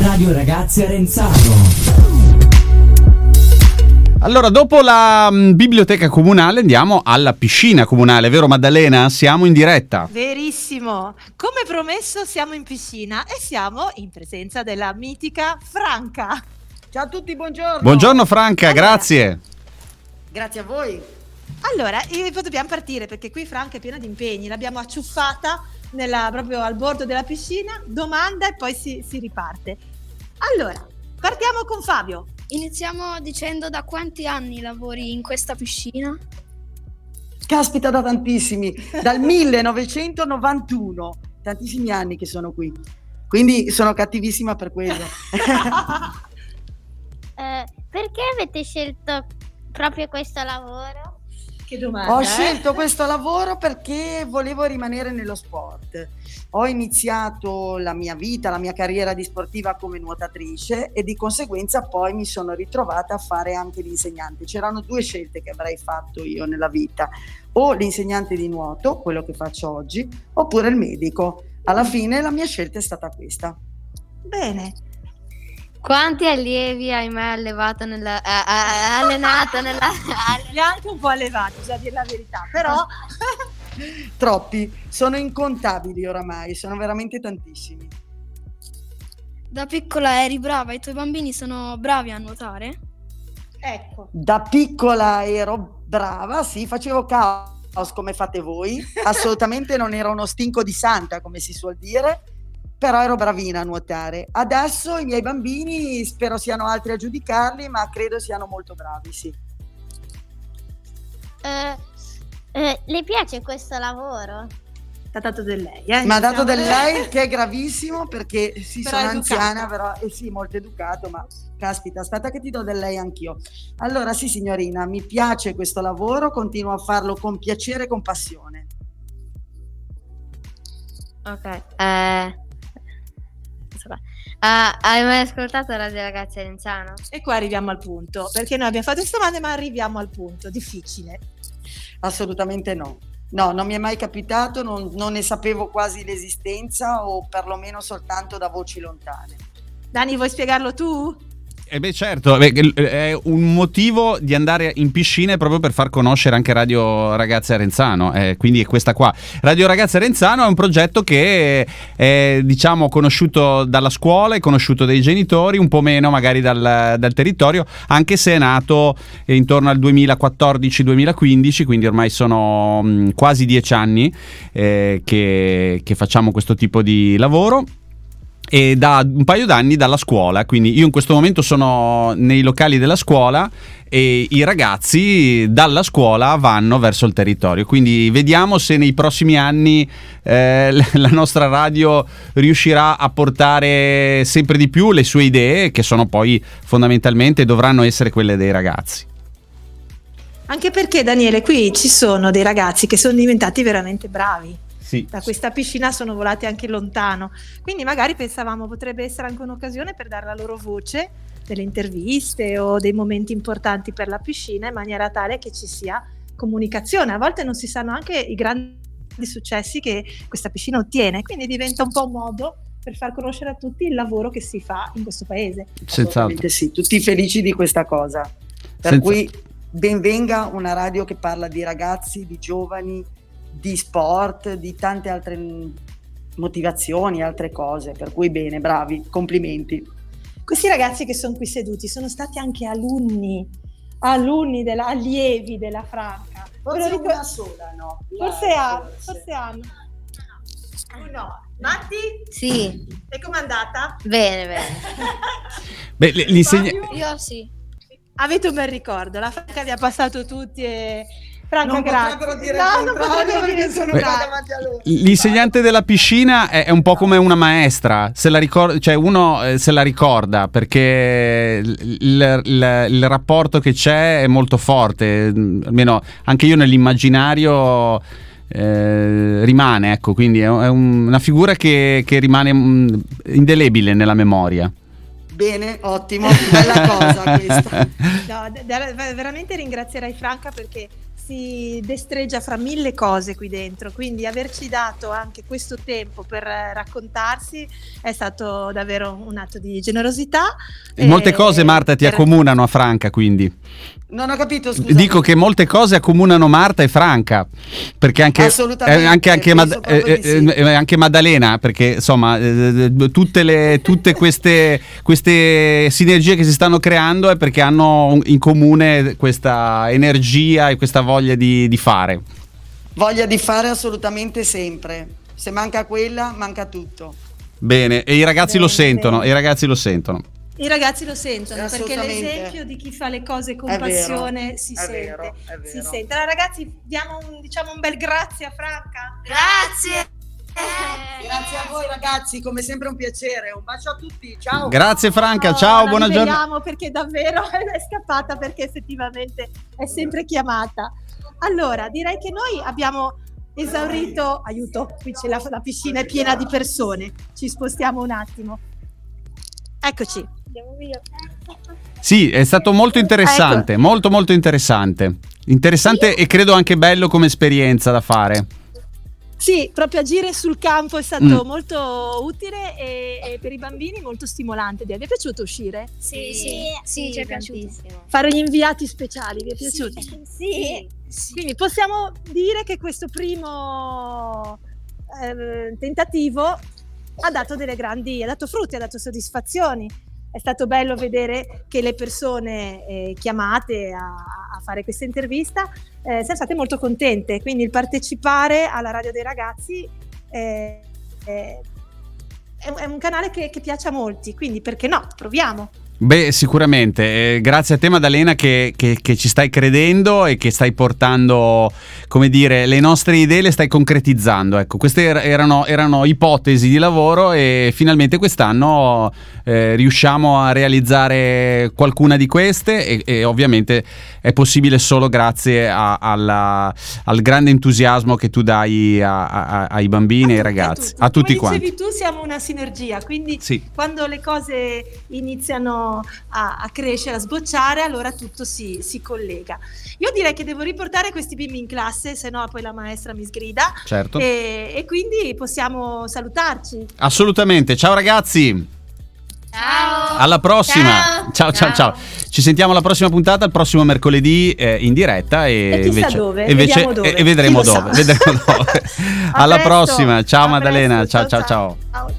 Radio Ragazzi Arenzano. Allora, dopo la biblioteca comunale andiamo alla piscina comunale, vero Maddalena? Siamo in diretta. Verissimo, come promesso siamo in piscina e siamo in presenza della mitica Franca. Ciao a tutti, buongiorno. Buongiorno Franca, grazie. Grazie a voi. Allora, dobbiamo partire perché qui Franca è piena di impegni, l'abbiamo acciuffata proprio al bordo della piscina, domanda e poi si riparte. Allora, partiamo con Fabio. Iniziamo dicendo da quanti anni lavori in questa piscina? Caspita, da tantissimi, dal 1991, tantissimi anni che sono qui, quindi sono cattivissima per quello. Perché avete scelto proprio questo lavoro? Che domanda, Ho scelto questo lavoro perché volevo rimanere nello sport. Ho iniziato la mia vita, la mia carriera di sportiva come nuotatrice e di conseguenza poi mi sono ritrovata a fare anche l'insegnante. C'erano due scelte che avrei fatto io nella vita, o l'insegnante di nuoto, quello che faccio oggi, oppure il medico. Alla fine la mia scelta è stata questa. Bene. Quanti allievi hai mai allevato allenato nella... Li ha anche un po' allevati, bisogna dire la verità, però... Troppi, sono incontabili oramai, sono veramente tantissimi. Da piccola eri brava, i tuoi bambini sono bravi a nuotare? Ecco. Da piccola ero brava, sì, facevo caos come fate voi, assolutamente non era uno stinco di santa come si suol dire, però ero bravina a nuotare. Adesso i miei bambini, spero siano altri a giudicarli, ma credo siano molto bravi, sì. Le piace questo lavoro? T'ha dato del lei, Mi ha dato del lei che è gravissimo perché sì, Però sono è anziana, educata. però sì, molto educato, ma caspita, aspetta che ti do del lei anch'io. Allora sì signorina, mi piace questo lavoro, continuo a farlo con piacere e con passione. Ok. Hai mai ascoltato Radio Ragazzi Arenzano? E qua arriviamo al punto, perché noi abbiamo fatto queste domande ma arriviamo al punto, difficile. Assolutamente no. No, non mi è mai capitato, non ne sapevo quasi l'esistenza o perlomeno soltanto da voci lontane. Dani, vuoi spiegarlo tu? Certo, è un motivo di andare in piscina proprio per far conoscere anche Radio Ragazzi Arenzano, quindi è questa qua. Radio Ragazzi Arenzano è un progetto che è, diciamo, conosciuto dalla scuola, è conosciuto dai genitori, un po' meno magari dal territorio, anche se è nato intorno al 2014-2015, quindi ormai sono quasi 10 anni che facciamo questo tipo di lavoro. E da un paio d'anni dalla scuola, quindi io in questo momento sono nei locali della scuola e i ragazzi dalla scuola vanno verso il territorio, quindi vediamo se nei prossimi anni la nostra radio riuscirà a portare sempre di più le sue idee, che sono poi fondamentalmente dovranno essere quelle dei ragazzi. Anche perché, Daniele, qui ci sono dei ragazzi che sono diventati veramente bravi. Sì. Da questa piscina sono volati anche lontano, quindi magari pensavamo potrebbe essere anche un'occasione per dare la loro voce, delle interviste o dei momenti importanti per la piscina, in maniera tale che ci sia comunicazione. A volte non si sanno anche i grandi successi che questa piscina ottiene, quindi diventa un po' un modo per far conoscere a tutti il lavoro che si fa in questo paese. Assolutamente sì, tutti felici di questa cosa, per cui ben venga una radio che parla di ragazzi, di giovani, di sport, di tante altre motivazioni, altre cose, per cui bene, bravi, complimenti. Questi ragazzi che sono qui seduti sono stati anche allievi della Franca. Forse una sola, no? Forse hanno. No. Matti? Sì. E com'è andata? Bene. Beh, Io sì. Avete un bel ricordo, la Franca vi ha passato tutti e... Franca, non grazie. potrebbero dire Non potrebbero dire sono Beh, davanti a loro. L'insegnante della piscina è un po' come una maestra, se la ricorda, cioè uno se la ricorda perché il rapporto che c'è è molto forte, almeno anche io nell'immaginario rimane, ecco, quindi è una figura che rimane indelebile nella memoria. Bene, ottimo, bella cosa questa. No, veramente ringrazierai Franca perché si destreggia fra mille cose qui dentro, quindi averci dato anche questo tempo per raccontarsi è stato davvero un atto di generosità. Molte cose, Marta, ti accomunano a Franca, quindi. Non ho capito, scusa. Dico che molte cose accomunano Marta e Franca, perché anche, Assolutamente, penso proprio di sì. anche Maddalena, perché insomma tutte queste sinergie che si stanno creando è perché hanno in comune questa energia e questa voglia di fare. Voglia di fare assolutamente sempre. Se manca quella, manca tutto. Bene, e i ragazzi lo sentono, bene. i ragazzi lo sentono. I ragazzi lo sentono, perché Assolutamente. l'esempio di chi fa le cose con È vero, passione si è sente. vero, è vero. Si sente. Allora ragazzi, diamo un bel grazie a Franca. Grazie. Grazie a voi ragazzi, come sempre un piacere. Un bacio a tutti, ciao. Grazie Franca, ciao, la buona giornata. liberiamo perché davvero è scappata, perché effettivamente è sempre chiamata. Allora, direi che noi abbiamo esaurito, aiuto, qui c'è la piscina è piena di persone, ci spostiamo un attimo. Eccoci. Andiamo via. Sì, è stato molto interessante, molto molto interessante. Interessante e credo anche bello come esperienza da fare. Sì, proprio agire sul campo è stato molto utile e per i bambini molto stimolante. Vi è piaciuto uscire? Sì, ci è piaciuto. tantissimo. Fare gli inviati speciali, vi è piaciuto? Sì. Quindi possiamo dire che questo primo tentativo ha dato ha dato frutti, ha dato soddisfazioni. È stato bello vedere che le persone chiamate a fare questa intervista siano state molto contente, quindi il partecipare alla Radio dei Ragazzi è un canale che piace a molti, quindi perché no? Proviamo. Beh, sicuramente. Grazie a te Maddalena che ci stai credendo e che stai portando, come dire, le nostre idee le stai concretizzando. Ecco, queste erano ipotesi di lavoro e finalmente quest'anno riusciamo a realizzare qualcuna di queste e ovviamente è possibile solo grazie al grande entusiasmo che tu dai ai bambini e ai ragazzi, a tutti Come quanti. dicevi tu, siamo una sinergia, quindi Sì. quando le cose iniziano a crescere, a sbocciare, allora tutto si collega. Io direi che devo riportare questi bimbi in classe, se no poi la maestra mi sgrida. Certo. E quindi possiamo salutarci. Assolutamente. Ciao ragazzi. Ciao. Alla prossima. Ciao. Ci sentiamo alla prossima puntata, il prossimo mercoledì in diretta E chissà dove, vediamo dove. e vedremo Chi lo dove. sa. Vedremo dove. A Alla presto. prossima. Ciao A Maddalena. presto. Ciao. Ciao.